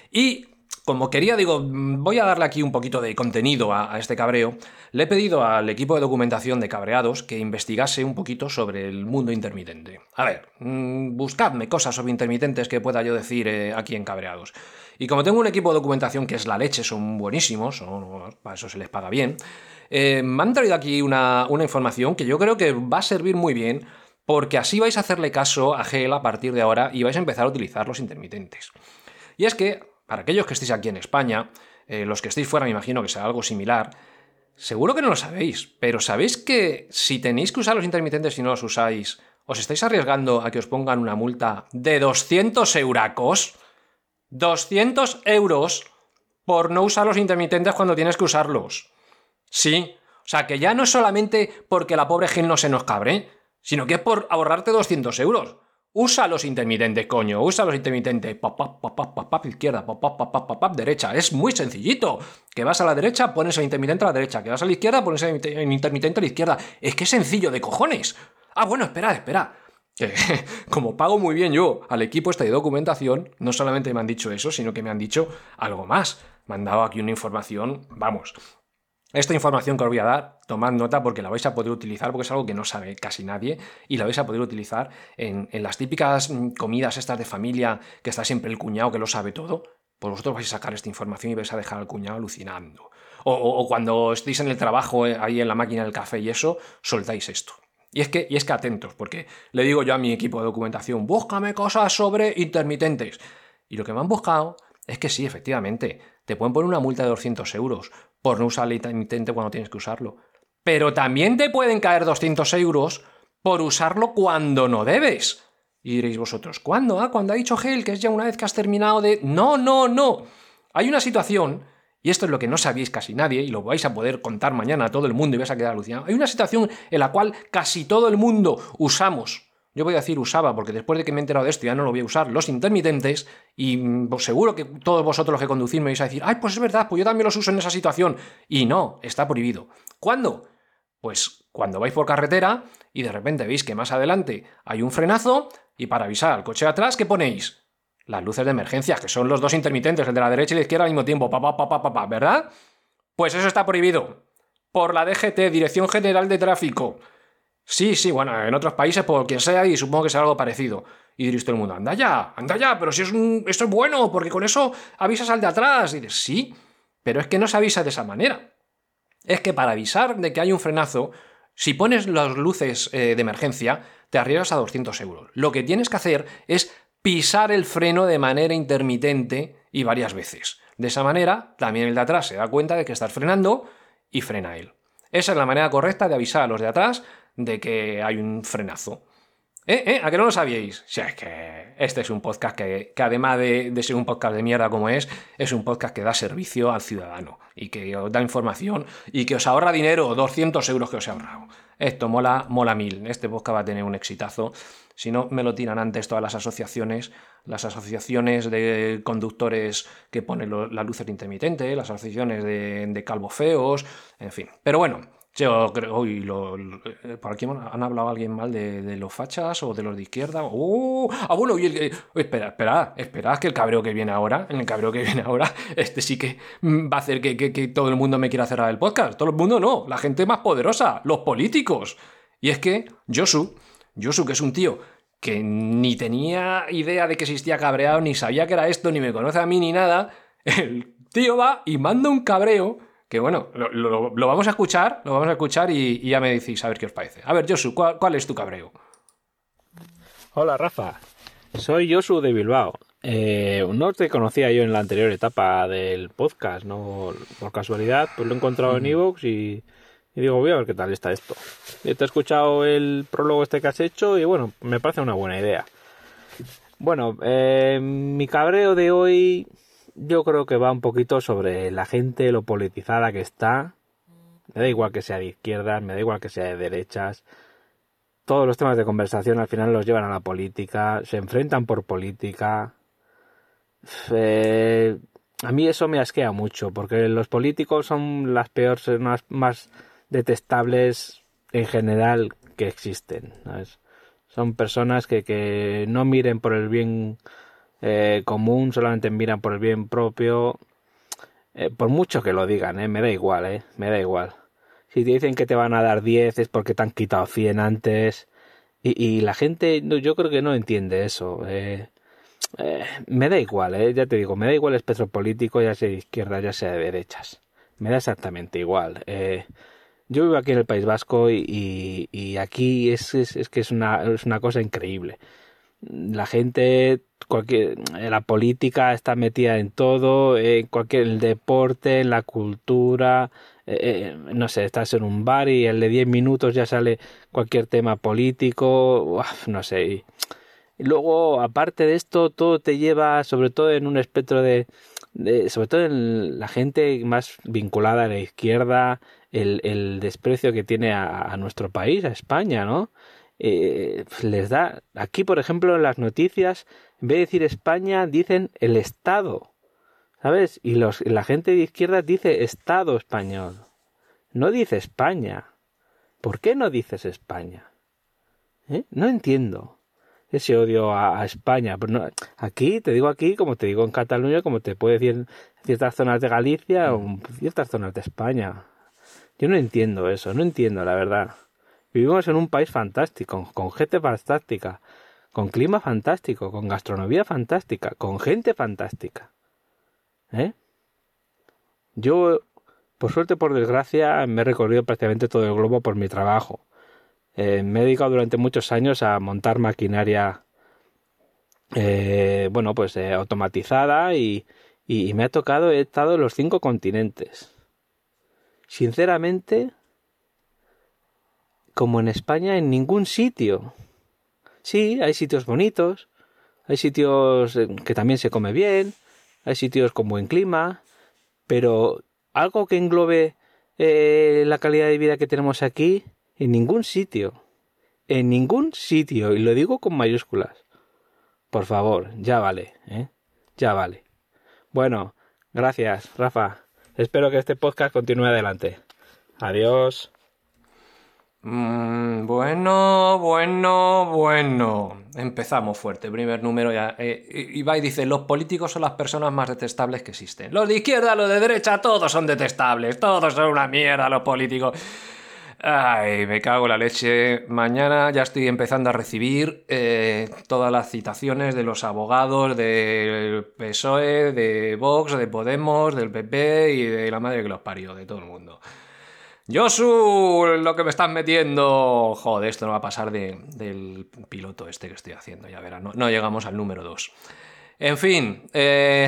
Y como quería, digo, voy a darle aquí un poquito de contenido a, a este cabreo, le he pedido al equipo de documentación de Cabreados que investigase un poquito sobre el mundo intermitente. A ver, mmm, buscadme cosas sobre intermitentes que pueda yo decir eh, aquí en Cabreados. Y como tengo un equipo de documentación que es la leche, son buenísimos, son, para eso se les paga bien, eh, me han traído aquí una, una información que yo creo que va a servir muy bien, porque así vais a hacerle caso a Gel a partir de ahora y vais a empezar a utilizar los intermitentes. Y es que, para aquellos que estéis aquí en España, eh, los que estéis fuera me imagino que será algo similar, seguro que no lo sabéis, pero ¿sabéis que si tenéis que usar los intermitentes y no los usáis, os estáis arriesgando a que os pongan una multa de doscientos euracos? doscientos euros por no usar los intermitentes cuando tienes que usarlos. Sí, o sea que ya no es solamente porque la pobre Gil no se nos cabre, sino que es por ahorrarte doscientos euros. Usa los intermitentes, coño, usa los intermitentes. Pap, pap, pap, pap, pap, izquierda, pap, pap, pap, pap, pap, derecha. Es muy sencillito. Que vas a la derecha, pones el intermitente a la derecha. Que vas a la izquierda, pones el intermitente a la izquierda. Es que es sencillo de cojones. Ah, bueno, espera, espera. Que como pago muy bien yo al equipo este de documentación, no solamente me han dicho eso, sino que me han dicho algo más. Me han dado aquí una información, vamos. Esta información que os voy a dar, tomad nota porque la vais a poder utilizar, porque es algo que no sabe casi nadie, y la vais a poder utilizar en, en las típicas comidas estas de familia, que está siempre el cuñado que lo sabe todo. Pues vosotros vais a sacar esta información y vais a dejar al cuñado alucinando. O, o, o cuando estéis en el trabajo, ahí en la máquina del café y eso, soltáis esto. Y es que, y es que atentos, porque le digo yo a mi equipo de documentación, búscame cosas sobre intermitentes. Y lo que me han buscado es que sí, efectivamente, te pueden poner una multa de doscientos euros por no usar el intermitente cuando tienes que usarlo. Pero también te pueden caer doscientos euros por usarlo cuando no debes. Y diréis vosotros, ¿cuándo? Ah, cuando ha dicho Gel, que es ya una vez que has terminado de... No, no, no. Hay una situación, y esto es lo que no sabéis casi nadie, y lo vais a poder contar mañana a todo el mundo y vais a quedar alucinado. Hay una situación en la cual casi todo el mundo usamos, yo voy a decir usaba, porque después de que me he enterado de esto ya no lo voy a usar, los intermitentes, y pues seguro que todos vosotros los que conducís me vais a decir, ay, pues es verdad, pues yo también los uso en esa situación. Y no, está prohibido. ¿Cuándo? Pues cuando vais por carretera y de repente veis que más adelante hay un frenazo y para avisar al coche de atrás, ¿qué ponéis? Las luces de emergencia, que son los dos intermitentes, el de la derecha y la izquierda al mismo tiempo, pa, pa, pa, pa, pa, pa, ¿verdad? Pues eso está prohibido. Por la D G T, Dirección General de Tráfico. Sí, sí, bueno, en otros países por quien sea y supongo que será algo parecido. Y diréis todo el mundo, anda ya, anda ya, pero si es un... esto es bueno, porque con eso avisas al de atrás. Y dices, sí, pero es que no se avisa de esa manera. Es que para avisar de que hay un frenazo, si pones las luces eh, de emergencia, te arriesgas a doscientos euros. Lo que tienes que hacer es pisar el freno de manera intermitente y varias veces. De esa manera, también el de atrás se da cuenta de que estás frenando y frena él. Esa es la manera correcta de avisar a los de atrás de que hay un frenazo. ¿Eh? ¿Eh? ¿A que no lo sabíais? O sea, es que este es un podcast que, que además de, de ser un podcast de mierda como es, es un podcast que da servicio al ciudadano y que os da información y que os ahorra dinero, doscientos euros que os he ahorrado. Esto mola, mola mil. Este podcast va a tener un exitazo. Si no, me lo tiran antes todas las asociaciones, las asociaciones de conductores que ponen lo, las luces intermitentes, las asociaciones de, de calvos feos, en fin. Pero bueno, yo creo, uy, lo, lo, ¿por aquí han hablado alguien mal de, de los fachas o de los de izquierda? ¡Uh! Ah, bueno, y el, eh, espera, espera, espera, que el cabreo que viene ahora, en el cabreo que viene ahora, este sí que va a hacer que, que, que todo el mundo me quiera cerrar el podcast. Todo el mundo no, la gente más poderosa, los políticos. Y es que Josu, Josu, que es un tío que ni tenía idea de que existía cabreado, ni sabía que era esto, ni me conoce a mí ni nada, el tío va y manda un cabreo que bueno, lo, lo, lo vamos a escuchar, lo vamos a escuchar y, y ya me decís a ver qué os parece. A ver, Josu, ¿cuál, cuál es tu cabreo? Hola, Rafa. Soy Josu de Bilbao. Eh, no te conocía yo en la anterior etapa del podcast, ¿no? Por casualidad, pues lo he encontrado en iVoox y, y digo, voy a ver qué tal está esto. Y te he escuchado el prólogo este que has hecho y bueno, me parece una buena idea. Bueno, eh, mi cabreo de hoy... yo creo que va un poquito sobre la gente, lo politizada que está. Me da igual que sea de izquierdas, me da igual que sea de derechas. Todos los temas de conversación al final los llevan a la política, se enfrentan por política. Eh, a mí eso me asquea mucho, porque los políticos son las peores, más, más detestables en general que existen, ¿sabes? Son personas que, que no miren por el bien Eh, común, solamente miran por el bien propio, eh, por mucho que lo digan, eh, me da igual, eh, me da igual. Si te dicen que te van a dar diez es porque te han quitado cien antes y, y la gente, no, yo creo que no entiende eso. Eh, eh, me da igual, eh, ya te digo, me da igual el espectro político, ya sea de izquierda, ya sea de derechas, me da exactamente igual. Eh, yo vivo aquí en el País Vasco y, y, y aquí es, es, es que es una, es una cosa increíble. La gente, cualquier, la política está metida en todo, en cualquier el deporte, en la cultura, eh, no sé, estás en un bar y el de diez minutos ya sale cualquier tema político, uf, no sé. Y, y luego, aparte de esto, todo te lleva, sobre todo en un espectro de, de sobre todo en la gente más vinculada a la izquierda, el, el desprecio que tiene a, a nuestro país, a España, ¿no? Eh, les da, aquí por ejemplo en las noticias, en vez de decir España, dicen el Estado, ¿sabes? Y los, la gente de izquierda dice Estado español, no dice España. ¿Por qué no dices España? ¿Eh? No entiendo ese odio a, a España. Pero no, aquí, te digo aquí, como te digo en Cataluña, como te puedo decir en ciertas zonas de Galicia o en ciertas zonas de España. Yo no entiendo eso, no entiendo la verdad. Vivimos en un país fantástico, con gente fantástica, con clima fantástico, con gastronomía fantástica, con gente fantástica. ¿Eh? Yo, por suerte, por desgracia, me he recorrido prácticamente todo el globo por mi trabajo. Eh, me he dedicado durante muchos años a montar maquinaria, eh, bueno, pues eh, automatizada y, y, y me ha tocado, he estado en los cinco continentes. Sinceramente, como en España, en ningún sitio. Sí, hay sitios bonitos, hay sitios que también se come bien, hay sitios con buen clima, pero algo que englobe eh, la calidad de vida que tenemos aquí, en ningún sitio. En ningún sitio, y lo digo con mayúsculas. Por favor, ya vale, ¿eh? Ya vale. Bueno, gracias, Rafa. Espero que este podcast continúe adelante. Adiós. Mm, bueno, bueno, bueno. Empezamos fuerte. Primer número ya. Eh, Ibai dice, los políticos son las personas más detestables que existen. Los de izquierda, los de derecha, todos son detestables. Todos son una mierda los políticos. Ay, me cago en la leche. Mañana ya estoy empezando a recibir eh, todas las citaciones de los abogados del P S O E, de Vox, de Podemos, del P P y de la madre que los parió, de todo el mundo. Josu, lo que me estás metiendo. Joder, esto no va a pasar de, del piloto este que estoy haciendo, ya verás. No, no llegamos al número dos. En fin, eh,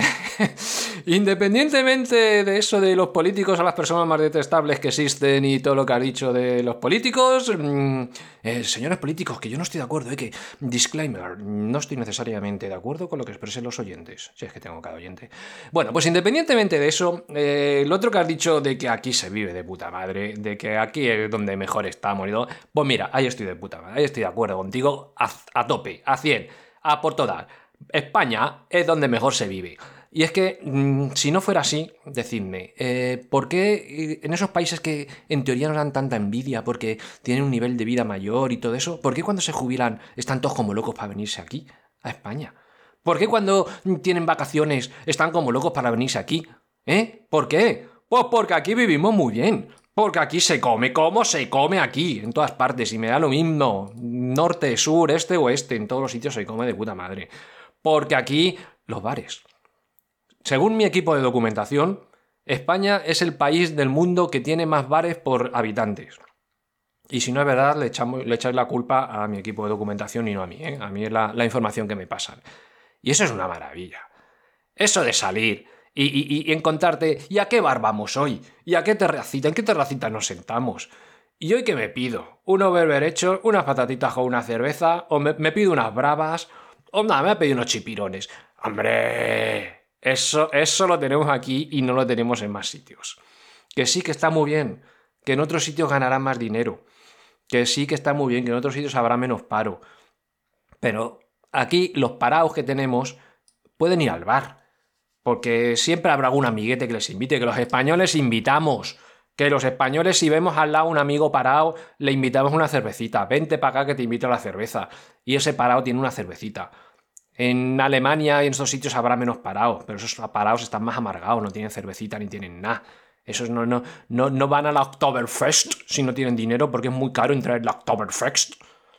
independientemente de eso de los políticos a las personas más detestables que existen y todo lo que has dicho de los políticos, mmm, eh, señores políticos, que yo no estoy de acuerdo, eh, que, disclaimer, no estoy necesariamente de acuerdo con lo que expresen los oyentes, si es que tengo cada oyente. Bueno, pues independientemente de eso, eh, lo otro que has dicho de que aquí se vive de puta madre, de que aquí es donde mejor estamos y todo, pues mira, ahí estoy de puta madre, ahí estoy de acuerdo contigo a, a tope, a cien, a por todas. España es donde mejor se vive. Y es que, mmm, si no fuera así, decidme, eh, ¿por qué en esos países que en teoría nos dan tanta envidia porque tienen un nivel de vida mayor y todo eso, ¿por qué cuando se jubilan están todos como locos para venirse aquí, a España? ¿Por qué cuando tienen vacaciones están como locos para venirse aquí? ¿Eh? ¿Por qué? Pues porque aquí vivimos muy bien. Porque aquí se come como se come aquí, en todas partes, y me da lo mismo. Norte, sur, este, oeste, en todos los sitios se come de puta madre. Porque aquí, los bares. Según mi equipo de documentación, España es el país del mundo que tiene más bares por habitantes. Y si no es verdad, le, echamos, le echáis la culpa a mi equipo de documentación y no a mí, ¿eh? A mí es la, la información que me pasan. Y eso es una maravilla. Eso de salir y, y, y encontrarte, ¿y a qué bar vamos hoy? ¿Y a qué terracita? ¿En qué terracita nos sentamos? ¿Y hoy qué me pido? ¿Unos berberechos, unas patatitas con una cerveza? ¿O me, me pido unas bravas? O nada, me ha pedido unos chipirones. ¡Hombre! Eso, eso lo tenemos aquí y no lo tenemos en más sitios. Que sí que está muy bien, que en otros sitios ganarán más dinero. Que sí que está muy bien, que en otros sitios habrá menos paro. Pero aquí los parados que tenemos pueden ir al bar. Porque siempre habrá algún amiguete que les invite, que los españoles invitamos. Que los españoles, si vemos al lado un amigo parado, le invitamos una cervecita. Vente para acá que te invito a la cerveza. Y ese parado tiene una cervecita. En Alemania y en estos sitios habrá menos parados, pero esos parados están más amargados, no tienen cervecita ni tienen nada. Esos no, no, no, no van a la Oktoberfest si no tienen dinero porque es muy caro entrar en la Oktoberfest.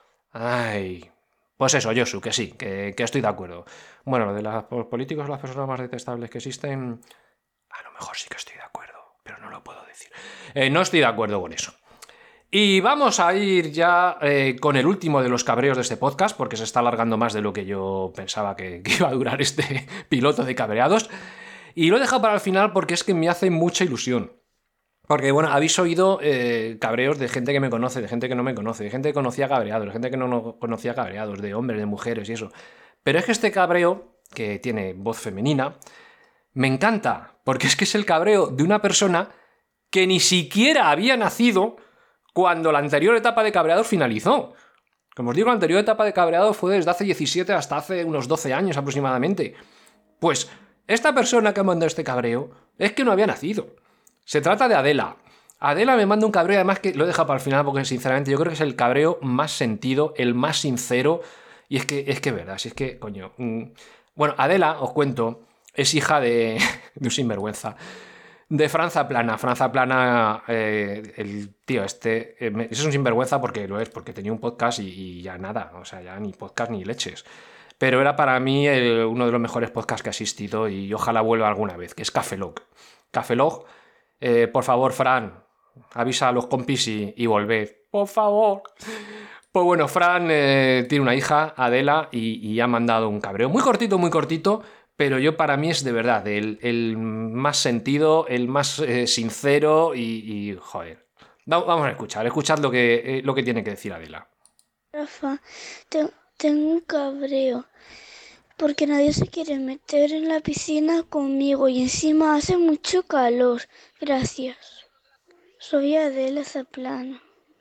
Ay... Pues eso, Josu, que sí, que, que estoy de acuerdo. Bueno, lo de los políticos, las personas más detestables que existen, a lo mejor sí que estoy de acuerdo, pero no lo puedo decir. Eh, no estoy de acuerdo con eso. Y vamos a ir ya eh, con el último de los cabreos de este podcast, porque se está alargando más de lo que yo pensaba que, que iba a durar este piloto de cabreados. Y lo he dejado para el final porque es que me hace mucha ilusión. Porque, bueno, habéis oído eh, cabreos de gente que me conoce, de gente que no me conoce, de gente que conocía cabreados, de gente que no, no conocía cabreados, de hombres, de mujeres y eso. Pero es que este cabreo, que tiene voz femenina, me encanta, porque es que es el cabreo de una persona que ni siquiera había nacido cuando la anterior etapa de cabreados finalizó. Como os digo, la anterior etapa de cabreados fue desde hace diecisiete hasta hace unos doce años aproximadamente. Pues esta persona que ha mandado este cabreo es que no había nacido. Se trata de Adela. Adela me manda un cabreo, además que lo he dejado para el final porque sinceramente yo creo que es el cabreo más sentido, el más sincero. Y es que es que verdad, si es que, coño. Mmm... Bueno, Adela, os cuento, es hija de, de un sinvergüenza. De Franza Plana. Franza Plana, eh, el tío este, eh, es un sinvergüenza porque lo es, porque tenía un podcast y, y ya nada, o sea, ya ni podcast ni leches. Pero era para mí el, uno de los mejores podcasts que ha existido y ojalá vuelva alguna vez, que es Café Lock. Café Lock. Eh, por favor, Fran, avisa a los compis y, y volved. Por favor. Pues bueno, Fran eh, tiene una hija, Adela, y, y ha mandado un cabreo. Muy cortito, muy cortito, pero yo para mí es de verdad el, el más sentido, el más eh, sincero y, y joder. Vamos a escuchar, escuchad lo que, eh, lo que tiene que decir Adela. Rafa, te, tengo un cabreo, porque nadie se quiere meter en la piscina conmigo y encima hace mucho calor. Gracias. Soy Adela Zaplana.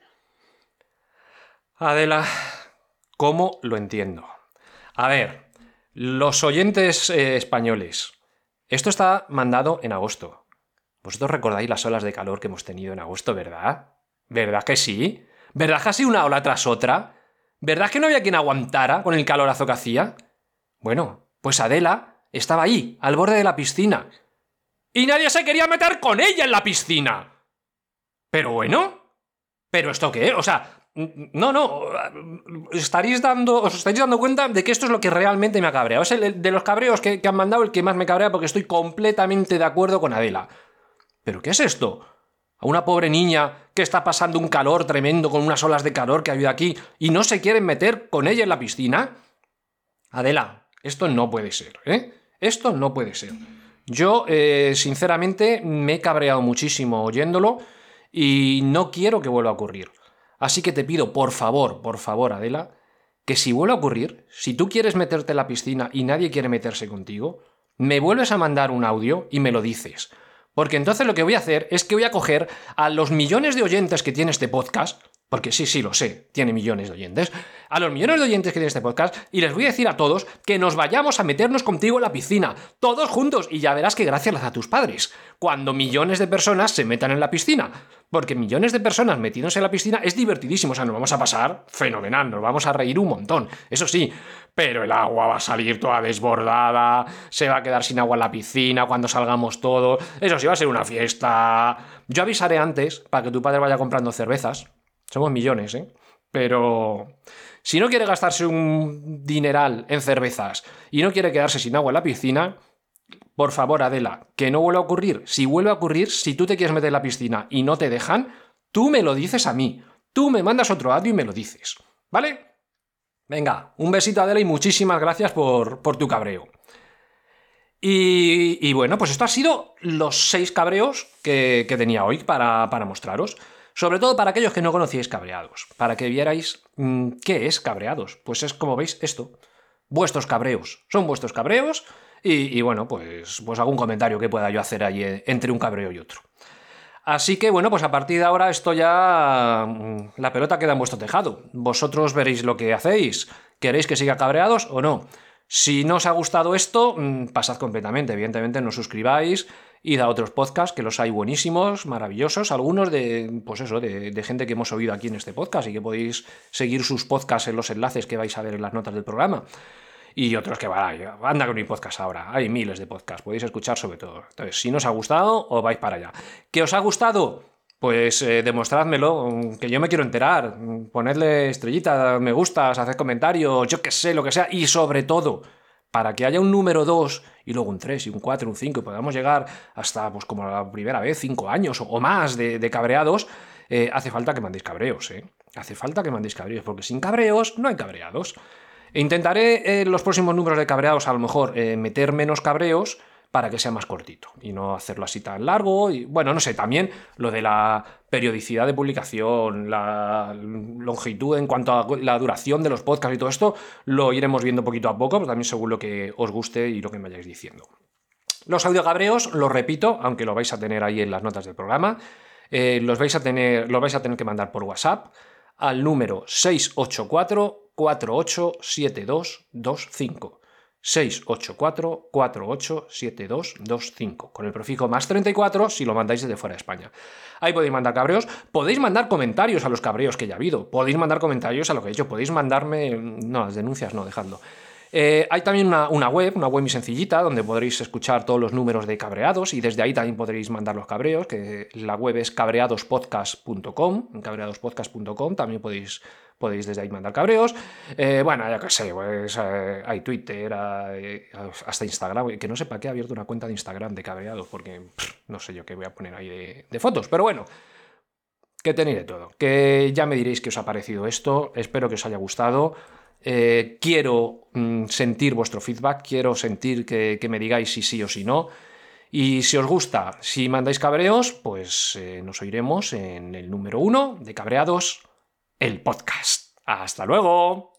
Adela, ¿cómo lo entiendo? A ver, los oyentes eh, españoles, esto está mandado en agosto. Vosotros recordáis las olas de calor que hemos tenido en agosto, ¿verdad? ¿Verdad que sí? ¿Verdad que ha sido una ola tras otra? ¿Verdad que no había quien aguantara con el calorazo que hacía? Bueno, pues Adela estaba ahí, al borde de la piscina. Y nadie se quería meter con ella en la piscina. Pero bueno, ¿pero esto qué? O sea, no, no, estaréis dando, os estaréis dando cuenta de que esto es lo que realmente me ha cabreado. Es el de los cabreos que, que han mandado el que más me cabrea, porque estoy completamente de acuerdo con Adela. ¿Pero qué es esto? A una pobre niña que está pasando un calor tremendo con unas olas de calor que ha habido aquí y no se quieren meter con ella en la piscina. Adela, esto no puede ser, ¿eh? Esto no puede ser. Yo, eh, sinceramente, me he cabreado muchísimo oyéndolo y no quiero que vuelva a ocurrir. Así que te pido, por favor, por favor, Adela, que si vuelve a ocurrir, si tú quieres meterte en la piscina y nadie quiere meterse contigo, me vuelves a mandar un audio y me lo dices. Porque entonces lo que voy a hacer es que voy a coger a los millones de oyentes que tiene este podcast, porque sí, sí, lo sé, tiene millones de oyentes, a los millones de oyentes que tiene este podcast, y les voy a decir a todos que nos vayamos a meternos contigo en la piscina, todos juntos, y ya verás que gracias a tus padres, cuando millones de personas se metan en la piscina. Porque millones de personas metiéndose en la piscina es divertidísimo, o sea, nos vamos a pasar fenomenal, nos vamos a reír un montón, eso sí, pero el agua va a salir toda desbordada, se va a quedar sin agua en la piscina cuando salgamos todos, eso sí, va a ser una fiesta. Yo avisaré antes para que tu padre vaya comprando cervezas, somos millones, ¿eh? Pero si no quiere gastarse un dineral en cervezas y no quiere quedarse sin agua en la piscina, por favor, Adela, que no vuelva a ocurrir. Si vuelve a ocurrir, si tú te quieres meter en la piscina y no te dejan, tú me lo dices a mí. Tú me mandas otro audio y me lo dices, ¿vale? Venga, un besito, Adela, y muchísimas gracias por, por tu cabreo. Y, y bueno, pues esto ha sido los seis cabreos que, que tenía hoy para, para mostraros. Sobre todo para aquellos que no conocíais Cabreados, para que vierais mmm, qué es Cabreados. Pues es, como veis, esto. Vuestros cabreos. Son vuestros cabreos. Y, y bueno, pues, pues algún comentario que pueda yo hacer ahí entre un cabreo y otro. Así que bueno, pues a partir de ahora esto ya... la pelota queda en vuestro tejado. Vosotros veréis lo que hacéis. ¿Queréis que siga Cabreados o no? Si no os ha gustado esto, pasad completamente. Evidentemente no os suscribáis, id a otros podcasts, que los hay buenísimos, maravillosos, algunos de, pues eso, de, de gente que hemos oído aquí en este podcast y que podéis seguir sus podcasts en los enlaces que vais a ver en las notas del programa. Y otros que van, anda con mi podcast ahora, hay miles de podcasts, podéis escuchar sobre todo. Entonces, si no os ha gustado, os vais para allá. ¿Qué os ha gustado? Pues eh, demostrádmelo, que yo me quiero enterar, ponedle estrellitas, me gustas, haced comentarios, yo qué sé, lo que sea, y sobre todo, para que haya un número dos, y luego un tres, y un cuatro, un cinco, y podamos llegar hasta, pues como la primera vez, cinco años o más de, de cabreados, eh, hace falta que mandéis cabreos, ¿eh? Hace falta que mandéis cabreos, porque sin cabreos no hay cabreados. E intentaré en los próximos números de cabreados a lo mejor eh, meter menos cabreos para que sea más cortito y no hacerlo así tan largo. Y bueno, no sé, también lo de la periodicidad de publicación, la longitud en cuanto a la duración de los podcasts y todo esto, lo iremos viendo poquito a poco, pero también según lo que os guste y lo que me vayáis diciendo. Los audiocabreos, los repito, aunque lo vais a tener ahí en las notas del programa, eh, los, vais a tener, los vais a tener que mandar por WhatsApp al número seis ocho cuatro, cuatro ocho siete dos dos cinco. seis ocho cuatro, cuatro ocho siete dos dos cinco, con el prefijo más treinta y cuatro si lo mandáis desde fuera de España. Ahí podéis mandar cabreos, podéis mandar comentarios a los cabreos que ya ha habido, podéis mandar comentarios a lo que he hecho, podéis mandarme... No, las denuncias no, dejadlo. Eh, hay también una, una web, una web muy sencillita, donde podréis escuchar todos los números de cabreados y desde ahí también podréis mandar los cabreos, que la web es cabreadospodcast punto com, en cabreadospodcast punto com también podéis... podéis desde ahí mandar cabreos. Eh, bueno, ya que sé, pues eh, hay Twitter, hay, hasta Instagram, que no sé para qué he abierto una cuenta de Instagram de cabreados, porque pff, no sé yo qué voy a poner ahí de, de fotos, pero bueno, que tenéis de todo. Que ya me diréis qué os ha parecido esto, espero que os haya gustado. Eh, quiero mm, sentir vuestro feedback, quiero sentir que, que me digáis si sí o si no. Y si os gusta, si mandáis cabreos, pues eh, nos oiremos en el número uno de Cabreados, el podcast. ¡Hasta luego!